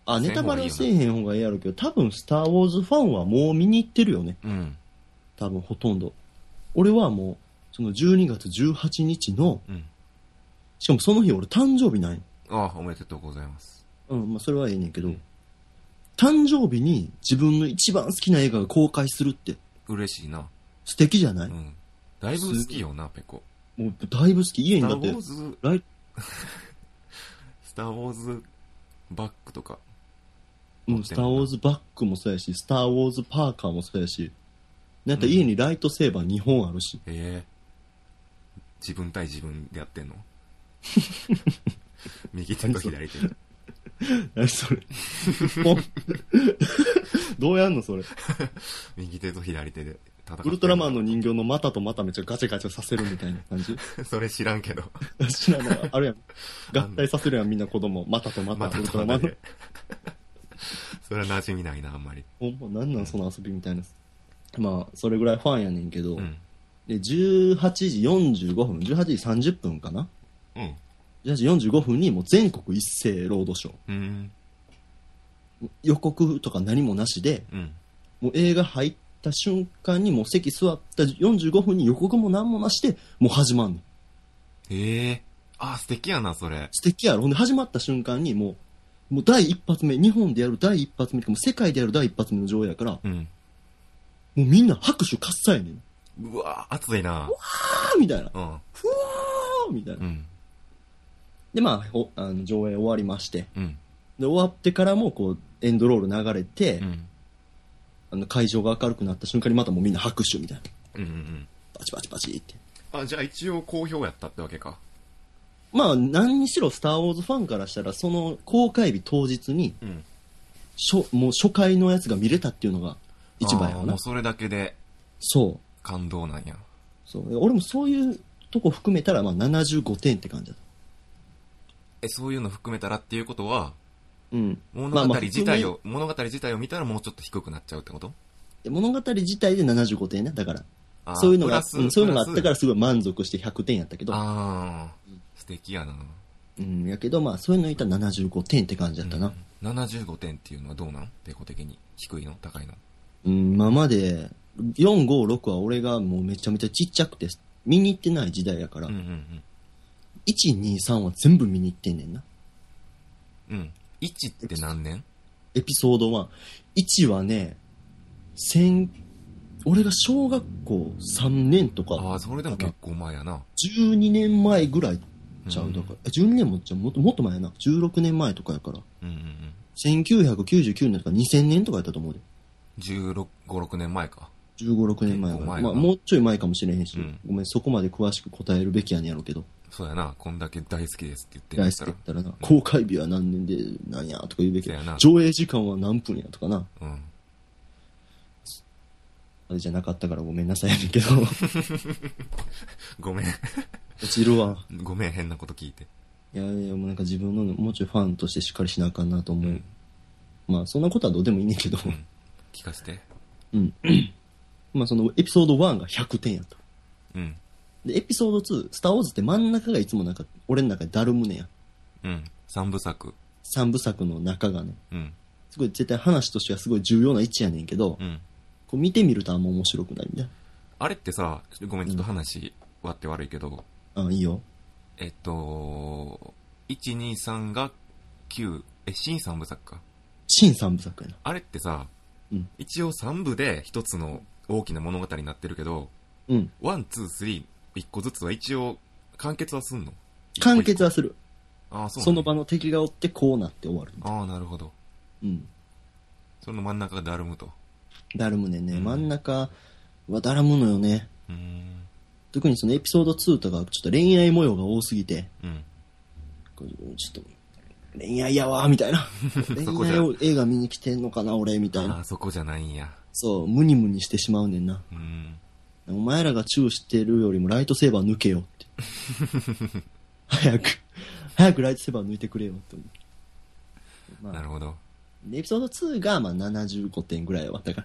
あ、ネタバレはせえへん方がいいやろうけど、多分スターウォーズファンはもう見に行ってるよね。 うん。 多分ほとんど。俺はもう、その12月18日の、 うん。 しかもその日俺誕生日ない。 ああ、おめでとうございます。 うん、まあそれはええねんけど、 うん、 誕生日に自分の一番好きな映画が公開するって。 嬉しいな。 素敵じゃない？ うん。だいぶ好きよな、ペコ。 もうだいぶ好き。家にだって。 スターウォーズバッグとか。 うん、スターウォーズバッグもそうやし、スターウォーズパーカーもそうやし、なんか家にライトセーバー2本あるし。 自分対自分でやってんの？右手と左手。 何それどうやんのそれ。 右手と左手で戦って。 ウルトラマンの人形の股と股めっちゃガチャガチャさせるみたいな感じ。 それ知らんけど。 知らんのあるやん。合体させるやんみんな子供。股と股、ウルトラマンの。 それは馴染みないな、あんまり。 ほんま、なんなんその遊びみたいな。まあ、それぐらいファンやねんけど、 うん、 で、18時45分、18時30分かな？ うん。 18時45分にもう全国一斉ロードショー。 うん。 予告とか何もなしで、 うん、 もう映画入った瞬間にもう席座った45分に予告も何もなしで、もう始まんの。 あ、素敵やな、それ。 素敵やろ。ほんで始まった瞬間にもう第一発目、日本でやる第一発目、もう世界でやる第一発目の上映やから、 うん。 もうみんな拍手喝采やねん。 うわー、熱いな。 うわーみたいな。 うん。 ふわーみたいな。 うん。 で、まあ、上映終わりまして、 うん。 で、終わってからもこう、エンドロール流れて、 うん、 会場が明るくなった瞬間にまたもうみんな拍手みたいな。 うんうんうん。 パチパチパチって。 あ、じゃあ一応好評やったってわけか。 まあ、何にしろスターウォーズファンからしたら、その公開日当日に、 うん、 もう初回のやつが見れたっていうのが一番やな。 もうそれだけで、 そう。 感動なんや。 そう。俺もそういうとこ含めたら、まあ75点って感じだった。 そういうの含めたらっていうことは、 うん。 物語自体を見たらもうちょっと低くなっちゃうってこと？ 物語自体で75点ね。だから、そういうのが、そういうのがあったからすごい満足して100点やったけど。 素敵やな。 うん、やけどまあ、そういうの言ったら75点って感じだったな。 75点っていうのはどうなん？ペコ的に。低いの？高いの？ 今まで、4、5、6は俺がもうめちゃめちゃちっちゃくて、見に行ってない時代やから、1、2、3は全部見に行ってんねんな。 うん。1って何年？ エピソード1。1はね、俺が小学校3年とか。 ああ、それでも結構前やな。 12年前ぐらいちゃう。だから、12年もじゃもっと前やな。16年前とかやから。1999年とか2000年とかやったと思うで。 15、6年前か。 15、6年前は。まあ、もうちょい前かもしれへんし、ごめん、そこまで詳しく答えるべきやねんやろうけど。 そうやな、こんだけ大好きですって言ってるんだったら。 大好きやったらな、公開日は何年で何やとか言うべきやな。上映時間は何分やとかな。うん。あれじゃなかったからごめんなさいやねんけど。 ごめん。 落ちるわ。 ごめん、変なこと聞いて。 いやいや、もうなんか自分のもうちょいファンとしてしっかりしなあかんなと思う。まあ、そんなことはどうでもいいねんけど。 聞かせて。 うん。まあ、そのエピソード1が100点やった。 うん。 で、エピソード2、スターウォーズって真ん中がいつもなんか、俺の中でだるむねや。 うん。3部作。 3部作の中がね。 うん。 すごい絶対話としてはすごい重要な位置やねんけど、こう見てみるとあんま面白くないみたいな。 あれってさ、ごめん、ちょっと話割って悪いけど。 いいよ。 1、2、3が9、新3部作か。 新3部作やな。 あれってさ、一応3部で一つの大きな物語になってるけど、1、2、3、1個ずつは一応完結はすんの？ 完結はする。 ああ、そう。 その場の敵がおってこうなって終わる。 ああ、なるほど。うん。その真ん中がだるむと。 だるむねんね。真ん中はだるむのよね。特にそのエピソード2とかちょっと恋愛模様が多すぎて、ちょっと恋愛やわみたいな。恋愛を映画見に来てんのかな俺みたいな。 ああ、そこじゃないんや。 そう、ムニムニしてしまうねんな。お前らがチューしてるよりもライトセーバー抜けよって。早くライトセーバー抜いてくれよって思う。 なるほど。 エピソード2がまあ75点ぐらいはだから。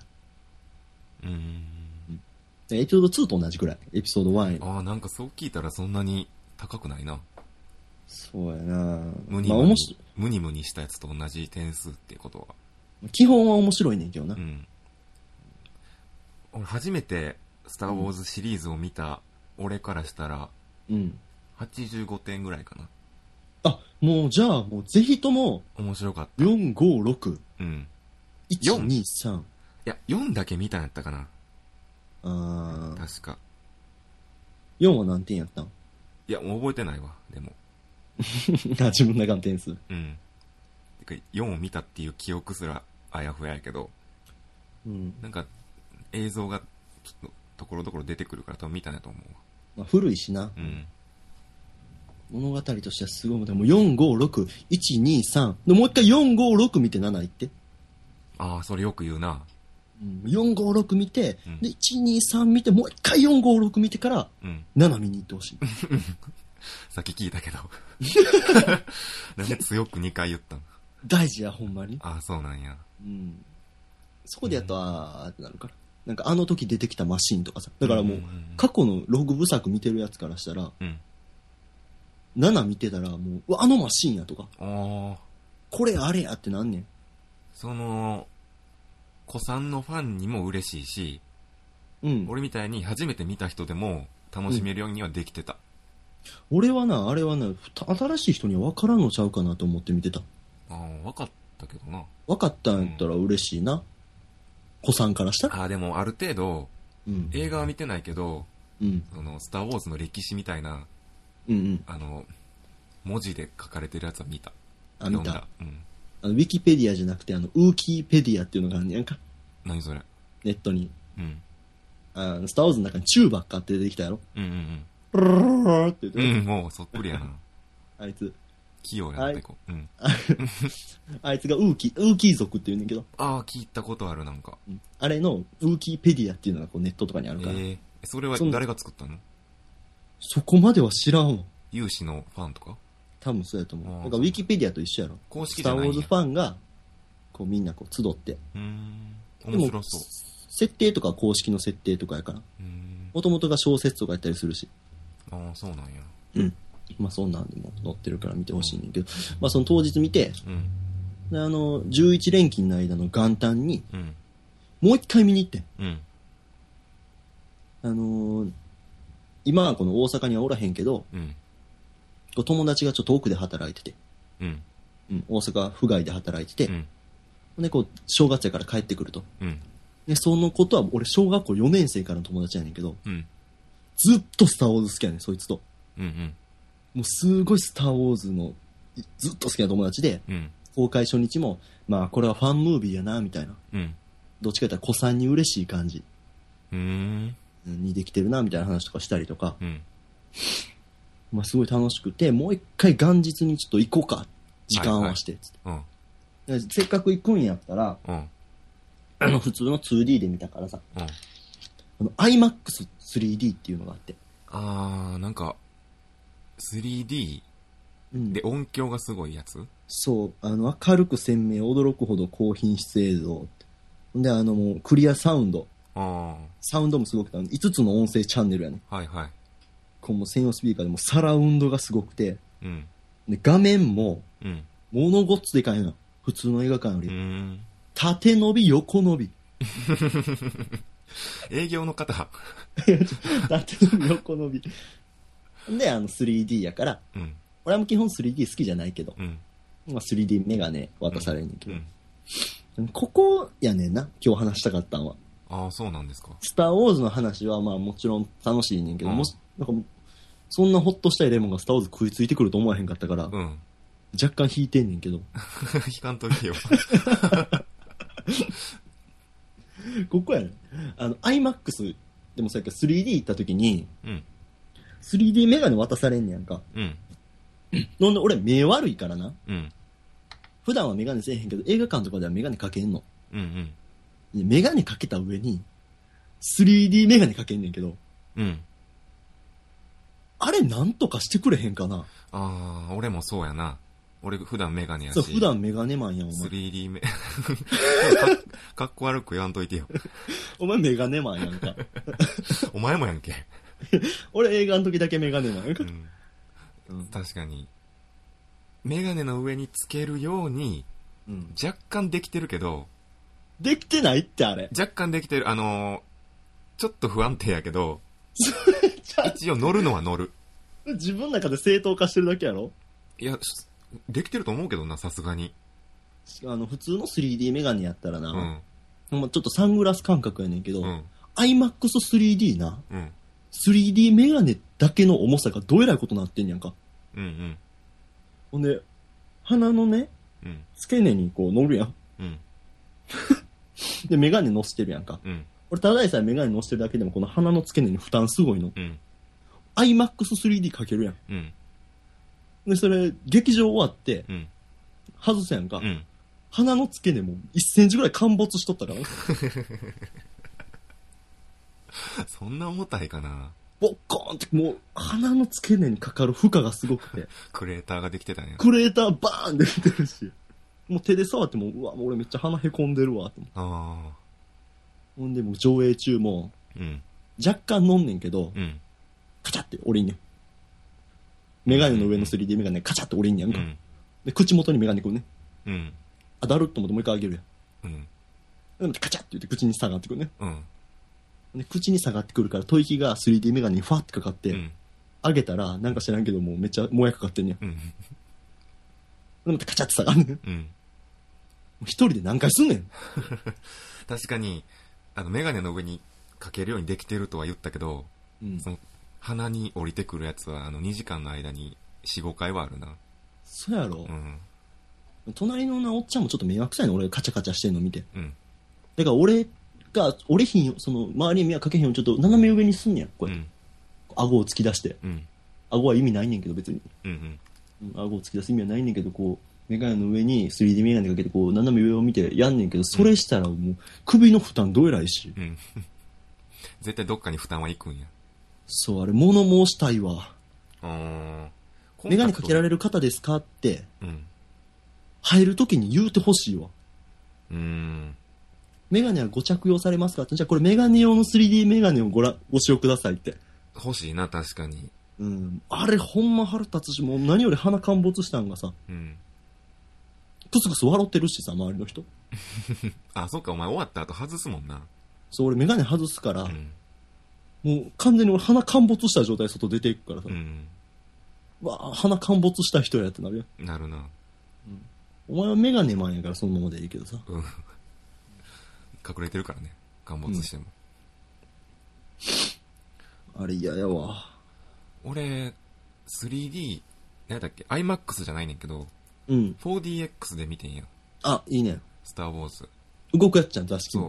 エピソード2と同じぐらい。エピソード1より。 ああ、なんかそう聞いたらそんなに高くないな。 そうやな。 まあムニムニしたやつと同じ点数っていうことは。 基本は面白いねんけどな。 うん。俺初めてスターウォーズシリーズを見た俺からしたら、 うん。 85点ぐらいかな。 あ、もうじゃあ、もうぜひとも、 面白かった。 4、5、6。 うん。 1、2、3。 いや、4だけ見たんやったかな。確か。 4は何点やったん？ いや、もう覚えてないわ、でも。 自分の中の点数。 うん。てか、4を見たっていう記憶すらあやふややけど、 うん。 なんか、映像が、ちょっと、ところどころ出てくるから多分見たんやと思うわ。 まあ、古いしな。 うん。 物語としてはすごいもんで、もう4、5、6、1、2、3。で、もう一回4、5、6見て7いって。 ああ、それよく言うな。 4、5、6見て、 うん、 で、1、2、3見て、もう一回4、5、6見てから、7見に行ってほしい。 さっき聞いたけど。なんで強く2回言ったの？ 大事や、ほんまに。 ああ、そうなんや。 うん。そこでやっと、あーってなるから。なんかあの時出てきたマシンとかさ。だからもう、過去のログ部作見てるやつからしたら、7見てたらもう、あのマシンやとか。これあれやってなんねん。 その、子さんのファンにも嬉しいし、俺みたいに初めて見た人でも楽しめるようにはできてた。 俺はな、あれはな、新しい人には分からんのちゃうかなと思って見てた。 ああ、分かったけどな。 分かったんやったら嬉しいな。子さんからしたら。 ああ、でもある程度、映画は見てないけど、その、スターウォーズの歴史みたいな、文字で書かれてるやつは見た。 あ、見た。ウィキペディアじゃなくて、ウーキーペディアっていうのがあるんやんか。 何それ？ ネットに。スターウォーズの中にチューバッカって出てきたやろ。ルルルルルって言って。 もうそっくりやな。 あいつ。 器用やなってこう。 あいつがウーキー族って言うねんけど。 ああ、聞いたことある、なんか。 あれのウーキーペディアっていうのがこうネットとかにあるから。 それは誰が作ったの？ そこまでは知らんわ。 有志のファンとか？ 多分そうやと思う。だからウィキペディアと一緒やろ。 公式じゃないんや。 スターウォーズファンが、こうみんなこう集って。 面白そう。 設定とか公式の設定とかやから。もともとが小説とかやったりするし。 ああ、そうなんや。 まあそんなんでも載ってるから見てほしいねんけど。まあその当日見て、で11連勤の間の元旦に、もう一回見に行ってん。今はこの大阪にはおらへんけど、友達がちょっと遠くで働いてて、大阪府外で働いてて、でこう正月やから帰ってくると、でそのことは俺小学校4年生からの友達やねんけど、ずっとスターウォーズ好きやねんそいつと、もうすごいスターウォーズのずっと好きな友達で、公開初日もまあこれはファンムービーやなみたいな、どっちかというと子さんに嬉しい感じにできてるなみたいな話とかしたりとか、まあすごい楽しくて、もう一回元日にちょっと行こうか、時間合わせてつって、せっかく行くんやったら、普通の 2D で見たからさ、IMAX3D っていうのがあって、 なんか 3D で音響がすごいやつ？ そう、明るく鮮明、驚くほど高品質映像で、もうクリアサウンド、サウンドもすごくて、5つの音声チャンネルやね。こうもう専用スピーカーでもサラウンドがすごくて、で画面も、ものごっつでかいの。普通の映画館より。縦伸び、横伸び。 営業の方縦伸び、横伸び。で、3D やから、俺はもう基本 3D 好きじゃないけど、まあ、3D メガネ渡されるんだけど、ここやねんな、今日話したかったんは。 ああ、そうなんですか。 スターウォーズの話はまあもちろん楽しいねんけど、なんかそんなホッとしたいレモンがスターウォーズ食いついてくると思わへんかったから、若干引いてんねんけど。 引かんといてよ。 ここやね。IMAX でもさっき 3D 行った時に、3D メガネ渡されんねやんか。なんで俺目悪いからな。普段はメガネせえへんけど、映画館とかではメガネかけんの。メガネかけた上に、3D メガネかけんねんけど、あれなんとかしてくれへんかな。 俺もそうやな。俺普段メガネやし。 そう、普段メガネマンやん、お前。 3D かっこ悪く言わんといてよ。 お前メガネマンやんか。 お前もやんけ。 俺映画の時だけメガネマンやんか。 確かに。 メガネの上につけるように、若干できてるけど、 できてないってあれ。 若干できてる。ちょっと不安定やけど、一応乗るのは乗る。 自分の中で正当化してるだけやろ。 いや、できてると思うけどな、さすがに。 普通の 3D メガネやったらな、ちょっとサングラス感覚やねんけど、IMAX3D な、3D メガネだけの重さがどえらいことになってんやんか。ほんで、鼻のね、付け根にこう乗るやん。で、メガネ乗せてるやんか。俺、ただでさえメガネ乗せてるだけでもこの鼻の付け根に負担すごいの。IMAX3D かけるやん。で、それ、劇場終わって、外すやんか。鼻の付け根も1センチぐらい陥没しとったから。 そんな重たいかな。 ボッコーンってもう鼻の付け根にかかる負荷がすごくて。 クレーターができてたんや。 クレーターバーンできてるし。もう手で触っても、うわ、もう俺めっちゃ鼻へこんでるわ、と思って。ほんでもう上映中も、若干飲んねんけど、カチャって折りんねん。メガネの上の 3D メガネカチャって折りんねやんか。で、口元にメガネくるね。あ、だるっと思ってもう一回あげるやん。で、カチャって言って口に下がってくるね。で、口に下がってくるから、吐息が 3D メガネにファーってかかって、上げたら、なんか知らんけどもうめっちゃもやかかってんねん。で、またカチャって下がんねん。一人で何回すんねん。 確かに、メガネの上にかけるようにできてるとは言ったけど、その、鼻に降りてくるやつは、2時間の間に4、5回はあるな。 そうやろ。隣のおっちゃんもちょっと迷惑くさいの、俺がカチャカチャしてんの見て。だから俺が、折れひん、その、周りに迷惑かけへんようにちょっと斜め上にすんねや。こうやって。顎を突き出して。顎は意味ないねんけど、別に。顎を突き出す意味はないねんけど、こう、メガネの上に 3D メガネかけて、こう、斜め上を見てやんねんけど、それしたらもう、首の負担どえらいし。 絶対どっかに負担はいくんや。 そう、あれ、物申したいわ。メガネかけられる方ですかって、入るときに言うてほしいわ。メガネはご着用されますかって、じゃあこれメガネ用の 3D メガネをご使用くださいって。 欲しいな、確かに。 あれほんま腹立つし、もう何より鼻陥没したんがさ、クスクス笑ってるしさ、周りの人。 あ、そっか、お前終わった後外すもんな。 そう、俺メガネ外すから、もう完全に俺鼻陥没した状態で外出ていくからさ、わあ、鼻陥没した人やってなるやん。 なるな。 お前はメガネマンやからそのままでいいけどさ。 隠れてるからね、陥没しても。 あれ嫌やわ。 俺、3D、何だっけ、IMAX じゃないねんけど、4DX で見てんや。 あ、いいね。 スターウォーズ。 動くやつじゃん、座敷。 そう。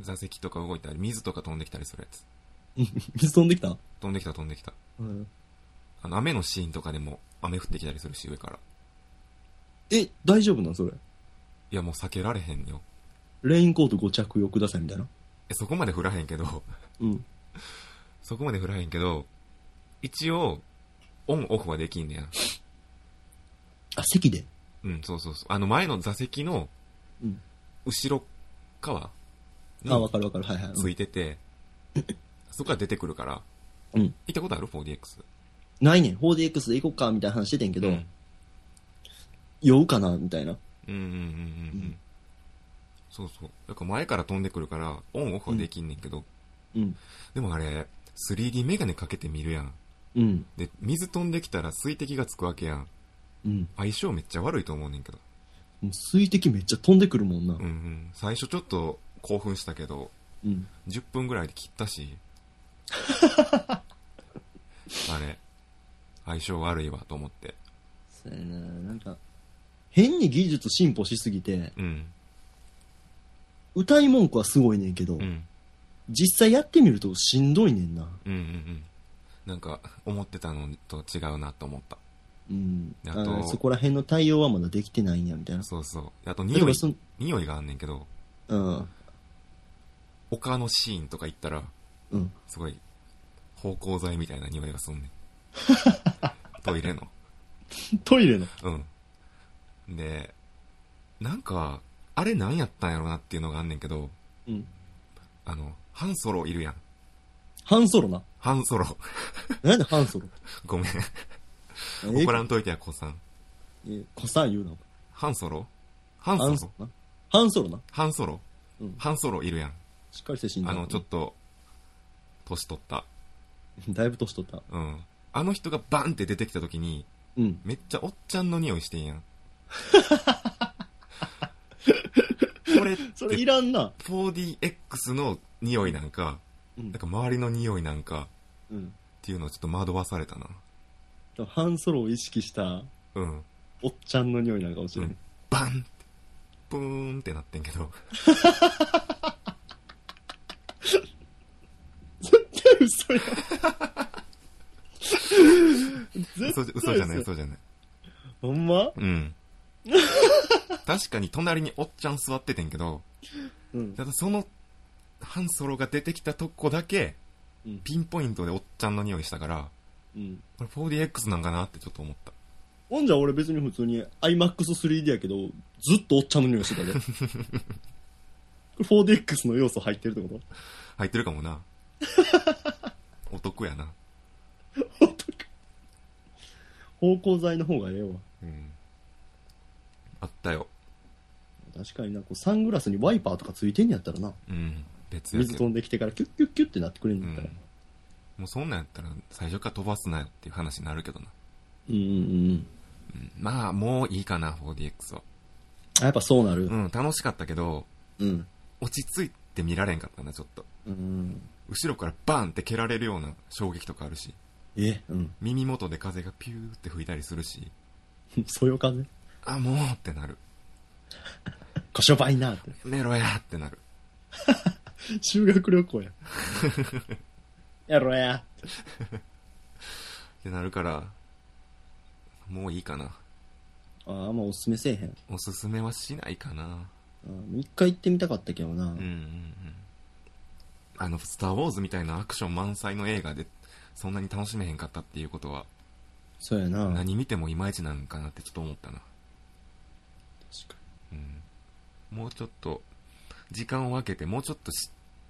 座席とか動いたり、水とか飛んできたりするやつ。 水飛んできた？ 飛んできた飛んできた。雨のシーンとかでも雨降ってきたりするし、上から。 大丈夫なんそれ？ いや、もう避けられへんよ。 レインコートご着用くださいみたいな。 そこまで降らへんけど。そこまで降らへんけど、一応、オンオフはできんねや。 あ、席で？ そうそうそう。前の座席の、後ろ側に、わかるわかる。はいはい。 ついてて、そこから出てくるから。行ったことある 4DX？ ないねん。4DX で行こっか、みたいな話しててんけど、酔うかな、みたいな。 そうそう。だから前から飛んでくるから、オンオフはできんねんけど、でもあれ、3D メガネかけて見るやん。で、水飛んできたら水滴がつくわけやん。相性めっちゃ悪いと思うねんけど。 もう水滴めっちゃ飛んでくるもんな。 最初ちょっと興奮したけど、10分ぐらいで切ったし。あれ、相性悪いわと思って。 そうやな、なんか、変に技術進歩しすぎて、歌い文句はすごいねんけど、実際やってみるとしんどいねんな。 なんか、思ってたのと違うなと思った。 あとそこら辺の対応はまだできてないんや、みたいな。 そうそう。あと匂いがあんねんけど、丘のシーンとか行ったら、すごい、芳香剤みたいな匂いがすんねん。トイレの。 トイレの？ で、なんか、あれ何やったんやろなっていうのがあんねんけど、ハンソロいるやん。 ハンソロな。 ハンソロ。 なんでハンソロ？ ごめん。怒らんといてや、子さん。 子さん言うな。 ハンソロハンソロハンソロな。 ハンソロ、うん、ハンソロいるやん。 しっかりせしんだ。 ちょっと、年取った。 だいぶ年取った。 うん。あの人がバンって出てきた時に、うん、めっちゃおっちゃんの匂いしてんやん。これって、 それいらんな。 4DX の匂いなんか、うん、なんか周りの匂いなんか、うん、っていうのをちょっと惑わされたな。 ハンソロを意識した、うん。おっちゃんの匂いなんかもしれない。うん、 バンって、ブーンってなってんけど。 絶対嘘や。 嘘じゃない、嘘じゃない。 ほんま？ うん。確かに隣におっちゃん座っててんけど、うん、ただそのハンソロが出てきたとこだけ、うん、ピンポイントでおっちゃんの匂いしたから、うん、これ 4DX なんかなってちょっと思った。 ほんじゃ俺別に普通に IMAX3D やけど、ずっとおっちゃんの匂いしてたで。これ 4DX の要素入ってるってこと？ 入ってるかもな。お得やな。 お得。芳香剤の方がええわ。うん。 あったよ。 確かにな、こうサングラスにワイパーとかついてんやったらな。 うん。別や水飛んできてからキュッキュッキュッってなってくれんやったら、うん。 もうそんなんやったら最初から飛ばすなよっていう話になるけどな。 うんうんうん。 まあ、もういいかな、4DX は。 やっぱそうなる。 うん、楽しかったけど、うん。落ち着いて見られんかったな、ちょっと。うん。後ろからバーンって蹴られるような衝撃とかあるし。 うん。 耳元で風がピューって吹いたりするし。 そよ風？ あ、もうってなる。 こしょばいなって。 寝ろやってなる。 修学旅行や。やろや。 ってなるから、もういいかな。 あんまおすすめせえへん。 おすすめはしないかな。 一回行ってみたかったけどな。うんうんうん。スターウォーズみたいなアクション満載の映画で、そんなに楽しめへんかったっていうことは、 そうやな。 何見てもいまいちなんかなってちょっと思ったな。 確かに。うん。もうちょっと、時間を分けて、もうちょっと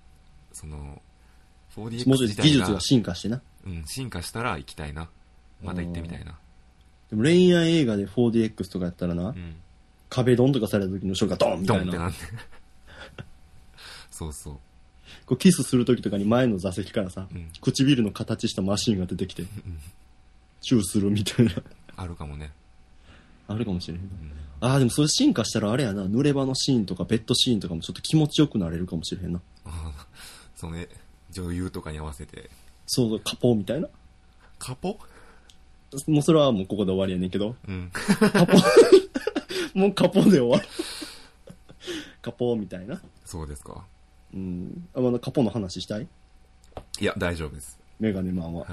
4DX もうちょっと技術が進化してな。 うん、進化したら行きたいな。また行ってみたいな。 でも恋愛映画で 4DX とかやったらな、うん、壁ドンとかされた時の後ろがドンみたいな。 ドンってなんで。そうそう。 こうキスする時とかに前の座席からさ、うん、唇の形したマシンが出てきて、チューするみたいな。 あるかもね。 あるかもしれへん。うん、でもそれ進化したらあれやな、濡れ場のシーンとかベッドシーンとかもちょっと気持ちよくなれるかもしれへんな。 そうね、女優とかに合わせて。 そう、カポみたいな。 カポ？ もうそれはもうここで終わりやねんけど。 うん。 カポ。もうカポで終わる。カポみたいな。 そうですか。 うん。まだカポの話したい？ いや、大丈夫です。 メガネマンは。 はい。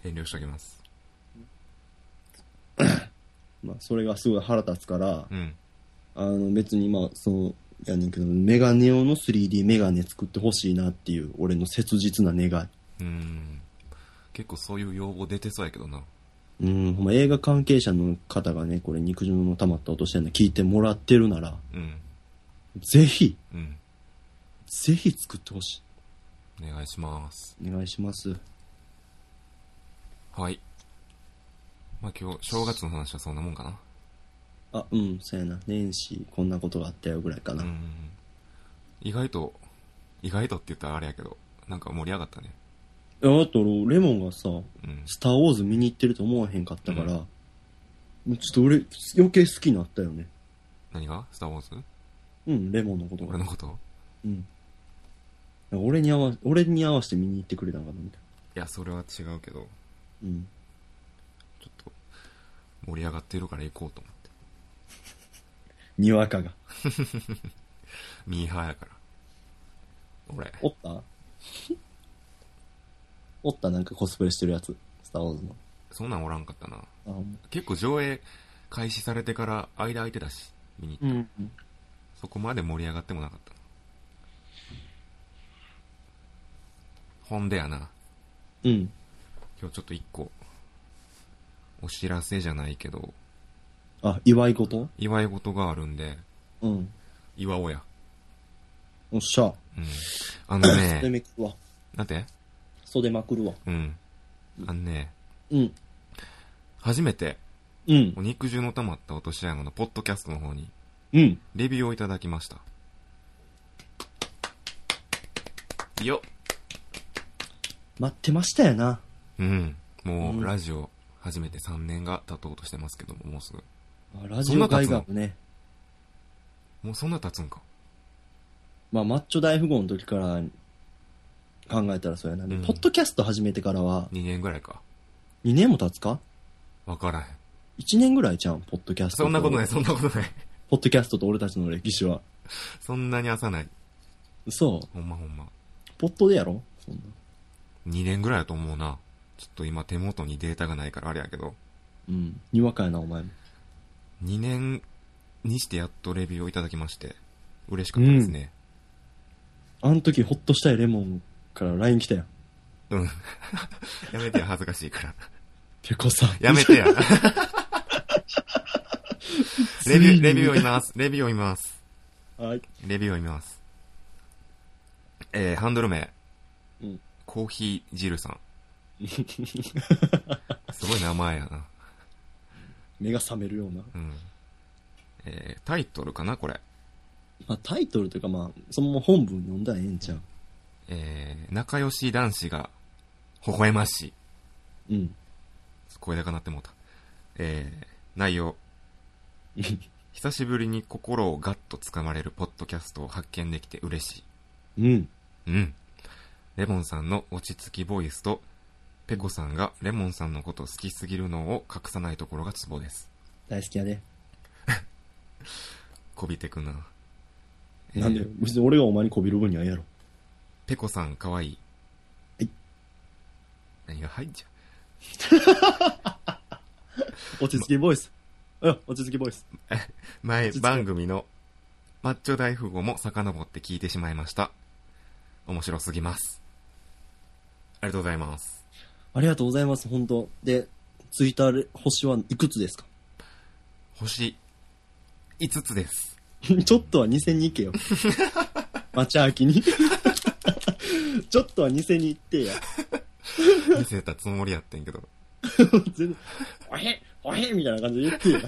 遠慮しておきます。 まあ、それがすごい腹立つから、うん、別にやねんけど、メガネ用の 3D メガネ作ってほしいなっていう、俺の切実な願い。 結構そういう要望出てそうやけどな。 ほんま映画関係者の方がね、これ肉汁の溜まった落とし穴聞いてもらってるなら、ぜひ、ぜひ作ってほしい。お願いします。 お願いします。 はい。まあ今日、正月の話はそんなもんかな。 そうやな。年始こんなことがあったよぐらいかな。 意外とって言ったらあれやけど、なんか盛り上がったね。 だってレモンがさ、スターウォーズ見に行ってると思わへんかったから、ちょっと俺余計好きになったよね。 何がスターウォーズ？ レモンのことが。 俺のこと？ 俺に合わせて見に行ってくれたんかなみたいな。いや、それは違うけど、ちょっと盛り上がってるから行こうと思って。 にわかが。 ミーハーやから。俺。 おったなんかコスプレしてるやつ。スターウォーズの。 そんなんおらんかったな。結構上映開始されてから間空いてたし、見に行った。そこまで盛り上がってもなかった。ほんでやな。今日ちょっと一個、お知らせじゃないけど。 祝い事があるんで。祝おうや。 おっしゃ。袖めくるわ。 なんて？ 袖まくるわ。 初めて、 うん。 肉汁の溜まった落とし穴のポッドキャストの方に、 うん。 レビューをいただきました。よっ。 待ってましたよな。 うん。もう、ラジオ始めて3年が経とうとしてますけども、もうすぐ。 ラジオ界がね。 もうそんな経つんか。 まあ、マッチョ大富豪の時から考えたらそうやな。ポッドキャスト始めてからは。 2年ぐらいか。 2年も経つか？ わからへん。 1年ぐらいじゃん、ポッドキャスト。 そんなことない、そんなことない。 ポッドキャストと俺たちの歴史は。 そんなに浅ない。 嘘。 ほんまほんま。 ポッドでやろそんな。 2年ぐらいだと思うな。ちょっと今手元にデータがないからあれやけど。 うん。にわかやな、お前も。 2年にしてやっとレビューをいただきまして、嬉しかったですね。 あの時ホッとしたいレモンから LINE 来たよ。 うん。やめてや、恥ずかしいから。 てこさん。 やめてや。レビューを見ます。レビューを見ます。 はい。 レビューを見ます。ハンドル名。 うん。 コーヒー汁さん。すごい名前やな。 目が覚めるような。 うん。タイトルかな、これ。 まあ、タイトルというか、まあ、そのまま本文読んだらええんちゃう。 仲良し男子が、微笑ましい。 うん。 声高なってもうた。内容。久しぶりに心をガッと掴まれるポッドキャストを発見できて嬉しい。 うん。 うん。レモンさんの落ち着きボイスと、ペコさんがレモンさんのこと好きすぎるのを隠さないところがツボです。 大好きやで。 こびてくな。 なんで別に俺がお前にこびる分にはええやろ。 ペコさんかわいい。 はい。 何が入んじゃん。落ち着きボイス。落ち着きボイス。 前番組のマッチョ大富豪も遡って聞いてしまいました。面白すぎます。ありがとうございます。 ありがとうございます、本当で、ツイッター星はいくつですか？ 星5つです。 ちょっとは2000に行けよ。町秋に。ちょっとは2000に行ってや。 見せたつもりやってんけど。 全然、おへみたいな感じで言ってや。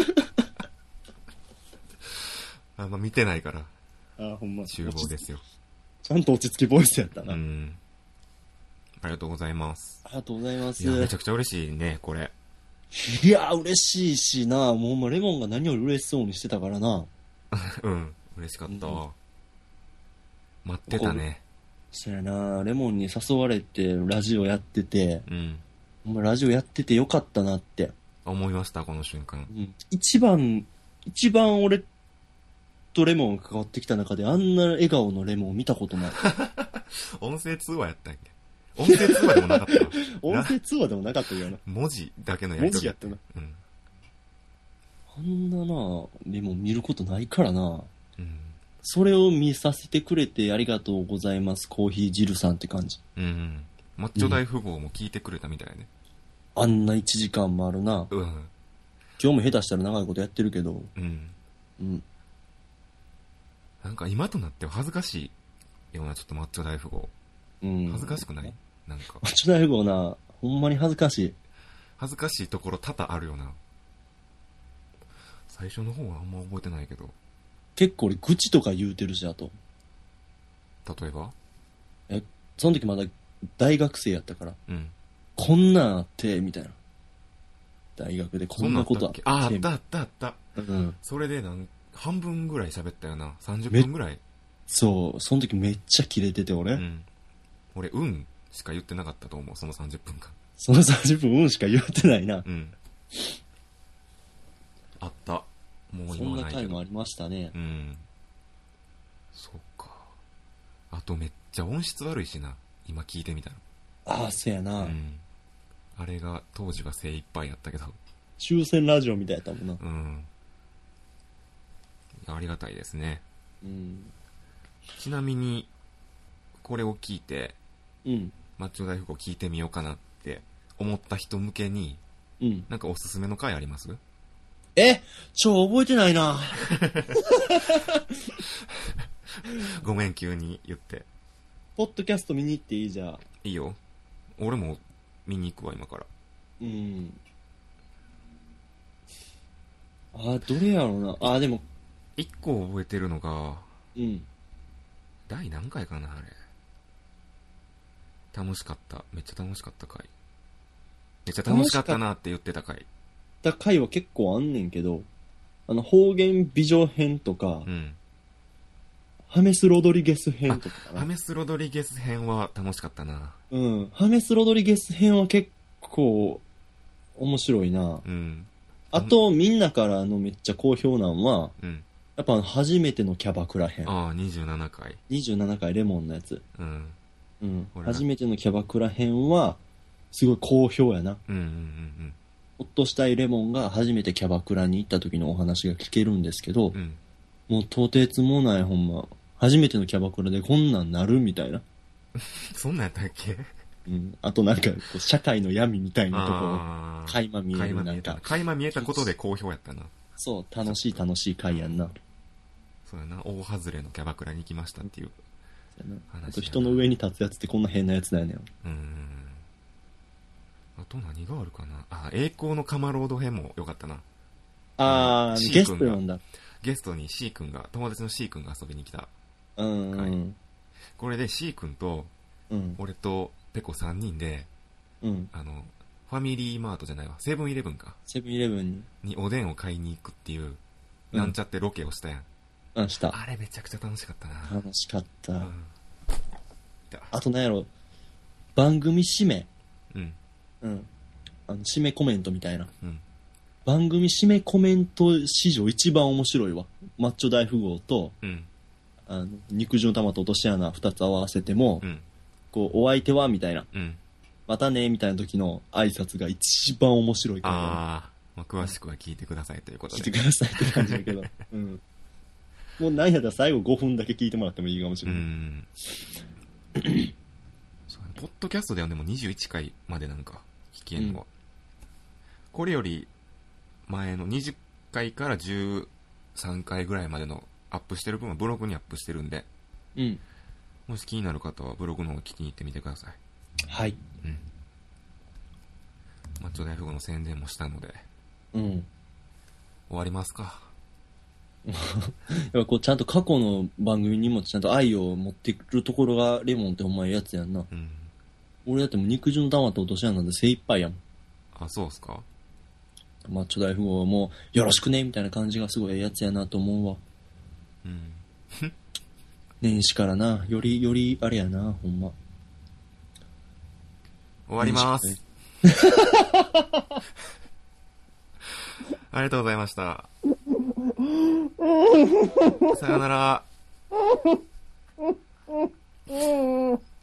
あんま見てないから。 あ、ほんま。 集合ですよ。 ちゃんと落ち着きボイスやったな。 ありがとうございます。 ありがとうございます。 いや、めちゃくちゃ嬉しいね、これ。 いや、嬉しいしな、もうレモンが何より嬉しそうにしてたからな。 うん、嬉しかったわ。待ってたね。 そうやな、レモンに誘われてラジオやってて、ラジオやっててよかったなって思いました、この瞬間。 一番俺とレモンが関わってきた中であんな笑顔のレモンを見たことない。 音声通話やったっけ？音声通話でもなかった。 音声通話でもなかったよな。 文字だけのやりとりやったな。あんなな、レモン見ることないからな。それを見させてくれてありがとうございます、コーヒー汁さんって感じ。 マッチョ大富豪も聞いてくれたみたいね。 あんな1時間もあるな。今日も下手したら長いことやってるけど。 なんか今となっては恥ずかしいような、ちょっとマッチョ大富豪。恥ずかしくない？なんか。 マッチョ大富豪な、ほんまに恥ずかしい。 恥ずかしいところ多々あるよな。最初の方はあんま覚えてないけど。 結構俺愚痴とか言うてるし、あと。 例えば？ その時まだ大学生やったから。こんなんあって、みたいな。大学でこんなことあって。 あった。それで半分ぐらい喋ったよな。30分ぐらい。 そう、その時めっちゃキレてて俺。 俺、しか言ってなかったと思う、その30分間。 その30分しか言ってないな。 あった。もう今はないけど。 そんな回もありましたね。 そっか。あとめっちゃ音質悪いしな。今聞いてみたら。 ああ、そうやな。 あれが当時は精一杯やったけど。 終戦ラジオみたいやったもんな。 ありがたいですね。ちなみに、これを聞いて、マッチョ大富豪聞いてみようかなって思った人向けに、なんかおすすめの回あります？ 超覚えてないな。 ごめん、急に言って。 ポッドキャスト見に行っていい？じゃあ。 いいよ。俺も見に行くわ、今から。 どれやろうな。でも。 一個覚えてるのが、 うん。 第何回かな、あれ。楽しかった。めっちゃ楽しかった回。めっちゃ楽しかったなって言ってた回。 回は結構あんねんけど、方言美女編とか、 うん。 ハメス・ロドリゲス編とかかな。 ハメス・ロドリゲス編は楽しかったな。 うん。ハメス・ロドリゲス編は結構面白いな。 うん。 あと、みんなからめっちゃ好評なんは、 うん。 やっぱ初めてのキャバクラ編。 27回。 27回レモンのやつ。 うん。 うん。初めてのキャバクラ編は、すごい好評やな。 うんうんうんうん。 ほっとしたいレモンが初めてキャバクラに行った時のお話が聞けるんですけど、 うん。 もうとてつもないほんま、初めてのキャバクラでこんなんなるみたいな。 そんなんやったっけ？ うん。あとなんか、社会の闇みたいなところ、垣間見えるなんか。 垣間見えたことで好評やったな。 そう、楽しい回やんな。 そうやな、大外れのキャバクラに行きましたっていう話。 あと人の上に立つやつってこんな変なやつだよね。 あと何があるかな。栄光のカマロード編もよかったな。 ゲスト呼んだ。 ゲストに C 君が、友達の C 君が遊びに来た。これで C 君と、俺とペコ3人で、ファミリーマートじゃないわ、セブンイレブンか。 セブンイレブンにおでんを買いに行くっていう、なんちゃってロケをしたやん。 した。 あれめちゃくちゃ楽しかったな。 楽しかった。あとなんやろ、番組締め。締めコメントみたいな。番組締めコメント史上一番面白いわ。マッチョ大富豪と、肉汁の玉と落とし穴2つ合わせても、こう、お相手はみたいな。またねみたいな時の挨拶が一番面白いから。 詳しくは聞いてくださいということで。 聞いてくださいって感じだけど。もう何やったら最後5分だけ聞いてもらってもいいかもしれない。 ポッドキャストではでも21回までなんか聞けんのは。これより前の20回から13回ぐらいまでのアップしてる分はブログにアップしてるんで、もし気になる方はブログの方を聞きに行ってみてください。 はい。 マッチョ大富豪の宣伝もしたので、 終わりますか。 やっぱこうちゃんと過去の番組にもちゃんと愛を持ってくるところがレモンってほんまやつやんな。俺だってもう肉汁の玉と落とし穴なんで精一杯やん。 そうっすか。 マッチョ大富豪はもうよろしくねみたいな感じがすごいやつやなと思うわ。年始からな、よりあれやな、ほんま。 終わります。ありがとうございました。さよなら。